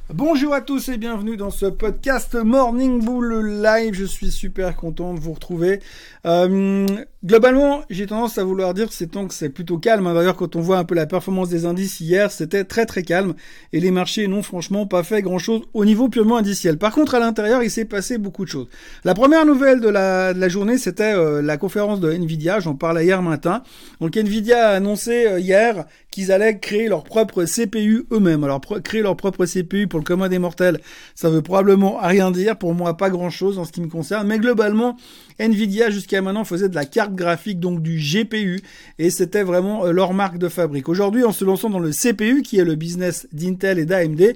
Bonjour à tous et bienvenue dans ce podcast Morning Bull Live. Je suis super content de vous retrouver. Globalement, j'ai tendance à vouloir dire que c'est plutôt calme. D'ailleurs, quand on voit un peu la performance des indices hier, c'était très très calme. Et les marchés n'ont franchement pas fait grand chose au niveau purement indiciel. Par contre, à l'intérieur, il s'est passé beaucoup de choses. La première nouvelle de la journée, c'était la conférence de Nvidia. J'en parlais hier matin. Donc Nvidia a annoncé hier qu'ils allaient créer leur propre CPU eux-mêmes. Alors créer leur propre CPU pour le commun des mortels, ça veut probablement rien dire. Pour moi, pas grand-chose en ce qui me concerne. Mais globalement, Nvidia jusqu'à maintenant faisait de la carte graphique, donc du GPU, et c'était vraiment leur marque de fabrique. Aujourd'hui, en se lançant dans le CPU, qui est le business d'Intel et d'AMD,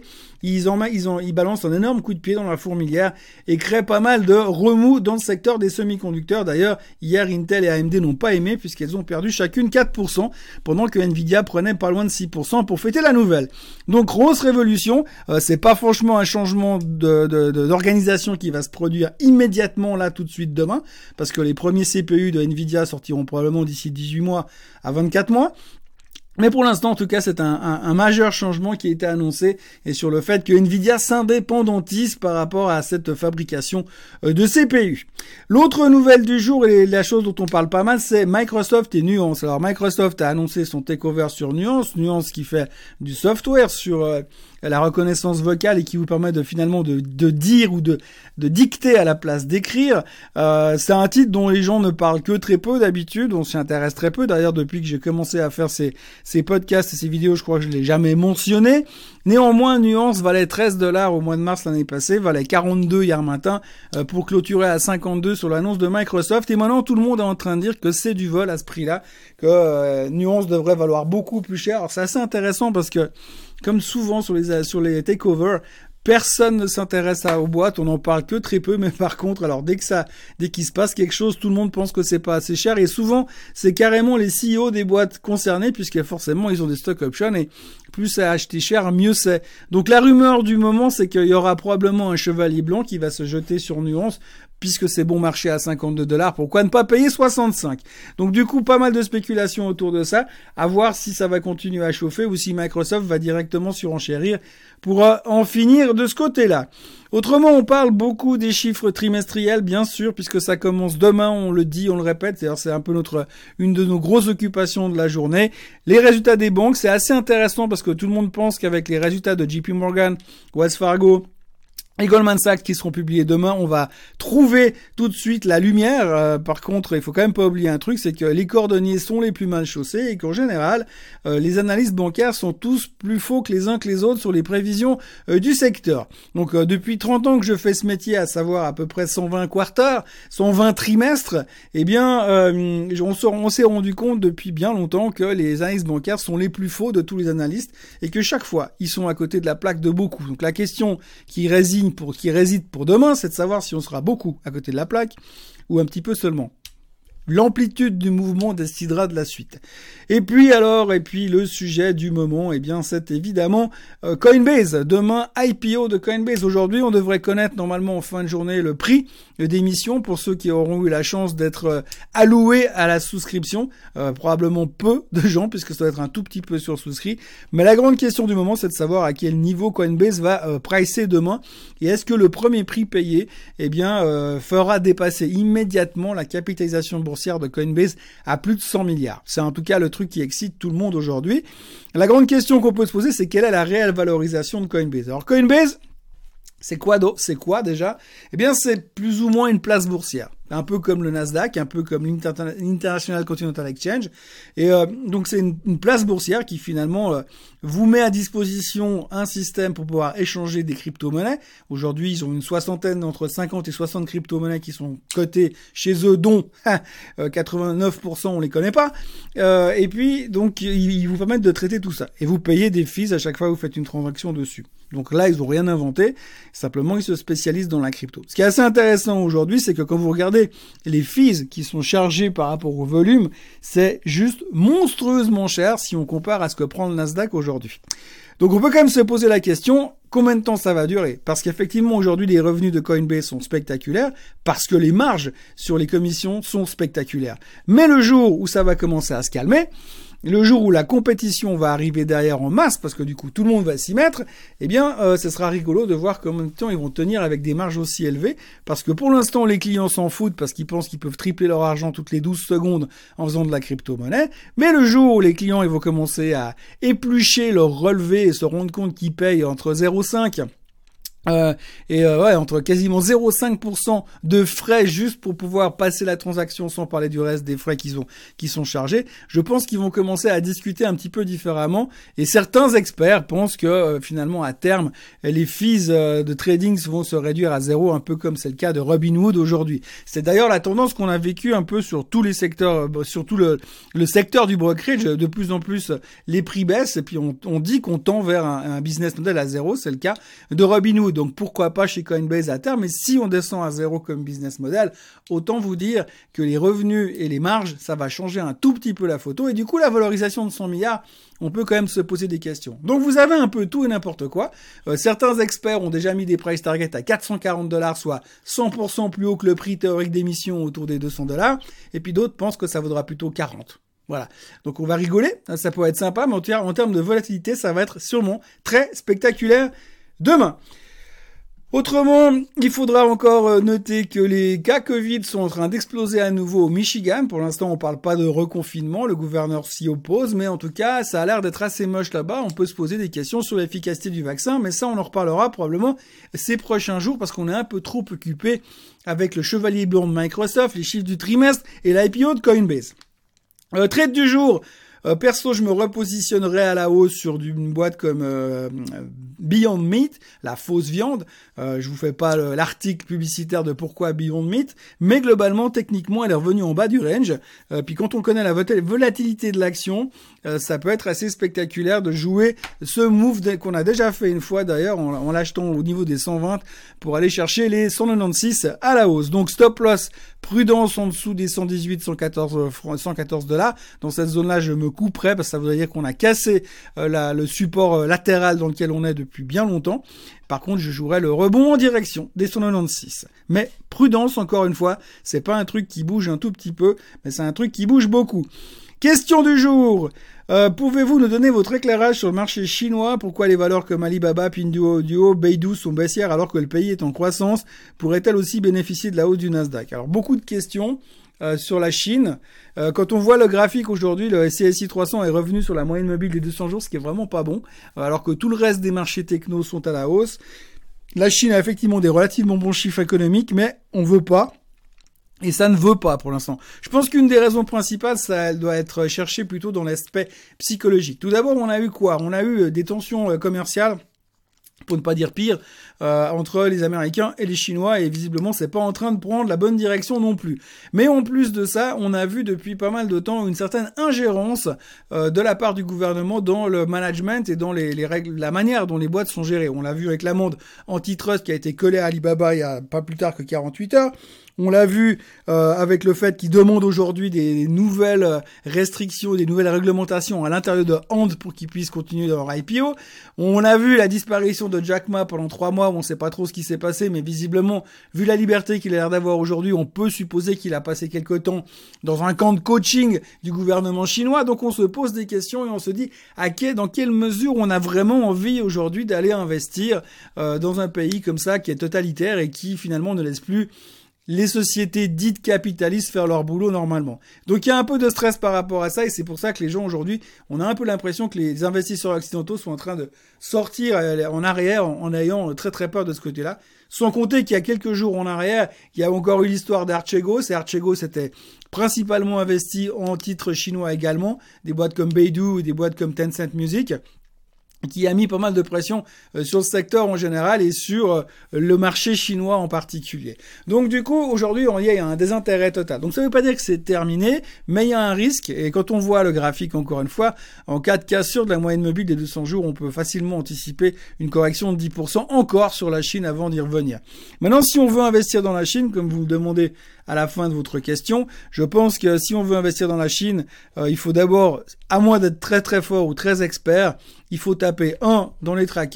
ils balancent un énorme coup de pied dans la fourmilière et créent pas mal de remous dans le secteur des semi-conducteurs. D'ailleurs, hier, Intel et AMD n'ont pas aimé puisqu'elles ont perdu chacune 4%, pendant que Nvidia prenait pas loin de 6% pour fêter la nouvelle. Donc, grosse révolution. C'est pas franchement un changement d'organisation qui va se produire immédiatement là tout de suite demain, parce que les premiers CPU de Nvidia sortiront probablement d'ici 18 mois à 24 mois. Mais pour l'instant, en tout cas, c'est un majeur changement qui a été annoncé et sur le fait que Nvidia s'indépendantise par rapport à cette fabrication de CPU. L'autre nouvelle du jour et la chose dont on parle pas mal, c'est Microsoft et Nuance. Alors Microsoft a annoncé son takeover sur Nuance qui fait du software sur la reconnaissance vocale et qui vous permet de finalement de dire ou de dicter à la place d'écrire. C'est un titre dont les gens ne parlent que très peu d'habitude, on s'y intéresse très peu. D'ailleurs, depuis que j'ai commencé à faire ces podcasts et ces vidéos, je crois que je l'ai jamais mentionné. Néanmoins, Nuance valait $13 au mois de mars l'année passée, valait 42 hier matin pour clôturer à 52 sur l'annonce de Microsoft. Et maintenant, tout le monde est en train de dire que c'est du vol à ce prix-là, que Nuance devrait valoir beaucoup plus cher. Alors c'est assez intéressant parce que, comme souvent sur les takeovers, personne ne s'intéresse aux boîtes, on en parle que très peu, mais par contre, alors dès qu'il se passe quelque chose, tout le monde pense que c'est pas assez cher, et souvent, c'est carrément les CEO des boîtes concernées, puisque forcément, ils ont des stock options, et plus c'est acheté cher, mieux c'est. Donc la rumeur du moment, c'est qu'il y aura probablement un chevalier blanc qui va se jeter sur Nuance, puisque c'est bon marché à $52, pourquoi ne pas payer 65? Donc du coup, pas mal de spéculations autour de ça, à voir si ça va continuer à chauffer ou si Microsoft va directement surenchérir pour en finir de ce côté-là. Autrement, on parle beaucoup des chiffres trimestriels, bien sûr, puisque ça commence demain, on le dit, on le répète, c'est un peu une de nos grosses occupations de la journée. Les résultats des banques, c'est assez intéressant parce que tout le monde pense qu'avec les résultats de JP Morgan, Wells Fargo et Goldman Sachs qui seront publiés demain, on va trouver tout de suite la lumière. Par contre, il faut quand même pas oublier un truc, c'est que les cordonniers sont les plus mal chaussés et qu'en général, les analystes bancaires sont tous plus faux que les uns que les autres sur les prévisions du secteur. Donc, depuis 30 ans que je fais ce métier, à savoir à peu près 120 quarters, 120 trimestres, eh bien, on s'est rendu compte depuis bien longtemps que les analystes bancaires sont les plus faux de tous les analystes et que chaque fois, ils sont à côté de la plaque de beaucoup. Donc, la question qui réside pour demain, c'est de savoir si on sera beaucoup à côté de la plaque ou un petit peu seulement. L'amplitude du mouvement décidera de la suite. Et puis le sujet du moment, eh bien, c'est évidemment Coinbase. Demain, IPO de Coinbase. Aujourd'hui, on devrait connaître normalement en fin de journée le prix d'émission pour ceux qui auront eu la chance d'être alloués à la souscription. Probablement peu de gens, puisque ça doit être un tout petit peu sursouscrit. Mais la grande question du moment, c'est de savoir à quel niveau Coinbase va pricer demain. Et est-ce que le premier prix payé, eh bien, fera dépasser immédiatement la capitalisation boursière de Coinbase à plus de 100 milliards. C'est en tout cas le truc qui excite tout le monde aujourd'hui. La grande question qu'on peut se poser, c'est quelle est la réelle valorisation de Coinbase. Alors Coinbase, c'est quoi déjà? Eh bien, c'est plus ou moins une place boursière. Un peu comme le Nasdaq, un peu comme l'International Continental Exchange. Et donc, c'est une place boursière qui finalement vous met à disposition un système pour pouvoir échanger des crypto-monnaies. Aujourd'hui, ils ont une soixantaine, entre 50 et 60 crypto-monnaies qui sont cotées chez eux, dont 89% on les connaît pas. Et puis, donc, ils vous permettent de traiter tout ça. Et vous payez des fees à chaque fois que vous faites une transaction dessus. Donc là, ils ont rien inventé. Simplement, ils se spécialisent dans la crypto. Ce qui est assez intéressant aujourd'hui, c'est que quand vous regardez les fees qui sont chargés par rapport au volume, c'est juste monstrueusement cher si on compare à ce que prend le Nasdaq aujourd'hui. Donc on peut quand même se poser la question, combien de temps ça va durer? Parce qu'effectivement aujourd'hui les revenus de Coinbase sont spectaculaires, parce que les marges sur les commissions sont spectaculaires. Mais le jour où ça va commencer à se calmer, le jour où la compétition va arriver derrière en masse, parce que du coup tout le monde va s'y mettre, eh bien ce sera rigolo de voir combien de temps ils vont tenir avec des marges aussi élevées, parce que pour l'instant les clients s'en foutent parce qu'ils pensent qu'ils peuvent tripler leur argent toutes les 12 secondes en faisant de la crypto-monnaie, mais le jour où les clients ils vont commencer à éplucher leur relevé et se rendre compte qu'ils payent entre 0,5 entre quasiment 0,5% de frais juste pour pouvoir passer la transaction, sans parler du reste des frais qui sont chargés. Je pense qu'ils vont commencer à discuter un petit peu différemment, et certains experts pensent que finalement à terme les fees de trading vont se réduire à zéro, un peu comme c'est le cas de Robinhood aujourd'hui. C'est d'ailleurs la tendance qu'on a vécue un peu sur tous les secteurs, surtout le secteur du brokerage. De plus en plus les prix baissent, et puis on dit qu'on tend vers un business model à zéro. C'est le cas de Robinhood. Donc pourquoi pas chez Coinbase à terme, mais si on descend à zéro comme business model, autant vous dire que les revenus et les marges, ça va changer un tout petit peu la photo, et du coup la valorisation de 100 milliards, on peut quand même se poser des questions. Donc vous avez un peu tout et n'importe quoi. Certains experts ont déjà mis des price targets à $440, soit 100% plus haut que le prix théorique d'émission autour des $200, et puis d'autres pensent que ça vaudra plutôt 40. Voilà. Donc on va rigoler, ça peut être sympa, mais en termes de volatilité, ça va être sûrement très spectaculaire demain. Autrement, il faudra encore noter que les cas Covid sont en train d'exploser à nouveau au Michigan. Pour l'instant, on parle pas de reconfinement, le gouverneur s'y oppose, mais en tout cas, ça a l'air d'être assez moche là-bas. On peut se poser des questions sur l'efficacité du vaccin, mais ça, on en reparlera probablement ces prochains jours, parce qu'on est un peu trop occupé avec le chevalier blanc de Microsoft, les chiffres du trimestre et l'IPO de Coinbase. Trade du jour. Perso, je me repositionnerai à la hausse sur une boîte comme Beyond Meat, la fausse viande. Je vous fais pas l'article publicitaire de pourquoi Beyond Meat, mais globalement, techniquement, elle est revenue en bas du range. Puis quand on connaît la volatilité de l'action, ça peut être assez spectaculaire de jouer ce move qu'on a déjà fait une fois d'ailleurs en l'achetant au niveau des 120 pour aller chercher les 196 à la hausse. Donc stop loss, prudence en dessous des 118, 114 $. Dans cette zone-là, je me couperai parce que ça voudrait dire qu'on a cassé le support latéral dans lequel on est depuis bien longtemps. Par contre, je jouerai le rebond en direction des 196. Mais prudence, encore une fois, c'est pas un truc qui bouge un tout petit peu, mais c'est un truc qui bouge beaucoup. Question du jour. Pouvez-vous nous donner votre éclairage sur le marché chinois? Pourquoi les valeurs comme Alibaba, Pinduoduo, Baidu sont baissières alors que le pays est en croissance? Pourrait-elle aussi bénéficier de la hausse du Nasdaq? Alors, beaucoup de questions sur la Chine. Quand on voit le graphique aujourd'hui, le CSI 300 est revenu sur la moyenne mobile des 200 jours, ce qui est vraiment pas bon, alors que tout le reste des marchés techno sont à la hausse. La Chine a effectivement des relativement bons chiffres économiques, mais on veut pas. Et ça ne veut pas pour l'instant. Je pense qu'une des raisons principales, ça doit être cherché plutôt dans l'aspect psychologique. Tout d'abord, on a eu quoi? On a eu des tensions commerciales, pour ne pas dire pire, entre les Américains et les Chinois, et visiblement c'est pas en train de prendre la bonne direction non plus. Mais en plus de ça, on a vu depuis pas mal de temps une certaine ingérence de la part du gouvernement dans le management et dans les règles, la manière dont les boîtes sont gérées. On l'a vu avec l'amende antitrust qui a été collée à Alibaba il y a pas plus tard que 48 heures. On l'a vu avec le fait qu'ils demandent aujourd'hui des nouvelles restrictions, des nouvelles réglementations à l'intérieur de Ant pour qu'ils puissent continuer leur IPO. On a vu la disparition de Jack Ma pendant 3 mois où on ne sait pas trop ce qui s'est passé, mais visiblement, vu la liberté qu'il a l'air d'avoir aujourd'hui, on peut supposer qu'il a passé quelque temps dans un camp de coaching du gouvernement chinois. Donc on se pose des questions et on se dit dans quelle mesure on a vraiment envie aujourd'hui d'aller investir dans un pays comme ça qui est totalitaire et qui finalement ne laisse plus les sociétés dites capitalistes faire leur boulot normalement. Donc il y a un peu de stress par rapport à ça, et c'est pour ça que les gens aujourd'hui, on a un peu l'impression que les investisseurs occidentaux sont en train de sortir en arrière en ayant très très peur de ce côté-là. Sans compter qu'il y a quelques jours en arrière, il y a encore eu l'histoire d'Archegos, et Archegos était principalement investi en titres chinois également, des boîtes comme Baidu, des boîtes comme Tencent Music, qui a mis pas mal de pression sur le secteur en général et sur le marché chinois en particulier. Donc du coup, aujourd'hui, il y a un désintérêt total. Donc ça veut pas dire que c'est terminé, mais il y a un risque, et quand on voit le graphique, encore une fois, en cas de cassure de la moyenne mobile des 200 jours, on peut facilement anticiper une correction de 10% encore sur la Chine avant d'y revenir. Maintenant, si on veut investir dans la Chine, comme vous le demandez à la fin de votre question, je pense que si on veut investir dans la Chine, il faut d'abord, à moins d'être très très fort ou très expert, il faut taper 1 dans les trackers,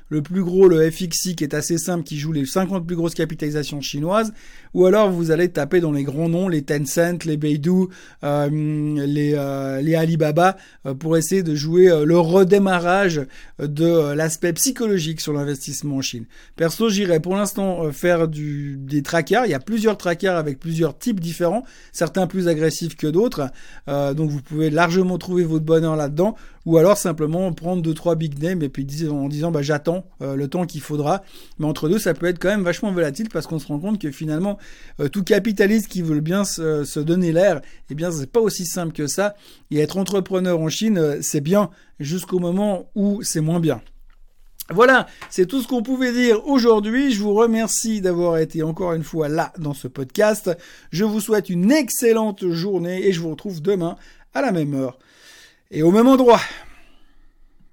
le plus gros, le FXI, qui est assez simple, qui joue les 50 plus grosses capitalisations chinoises, ou alors vous allez taper dans les grands noms, les Tencent, les Baidu, les Alibaba, pour essayer de jouer le redémarrage de l'aspect psychologique sur l'investissement en Chine. Perso, j'irai pour l'instant faire des trackers. Il y a plusieurs trackers avec plusieurs types différents, certains plus agressifs que d'autres, donc vous pouvez largement trouver votre bonheur là-dedans, ou alors simplement prendre 2-3 big names et puis en disant j'attends le temps qu'il faudra. Mais entre deux, ça peut être quand même vachement volatile parce qu'on se rend compte que finalement tout capitaliste qui veut bien se donner l'air, eh bien c'est pas aussi simple que ça. Et être entrepreneur en Chine, c'est bien jusqu'au moment où c'est moins bien. Voilà, c'est tout ce qu'on pouvait dire aujourd'hui. Je vous remercie d'avoir été encore une fois là dans ce podcast. Je vous souhaite une excellente journée et je vous retrouve demain à la même heure et au même endroit.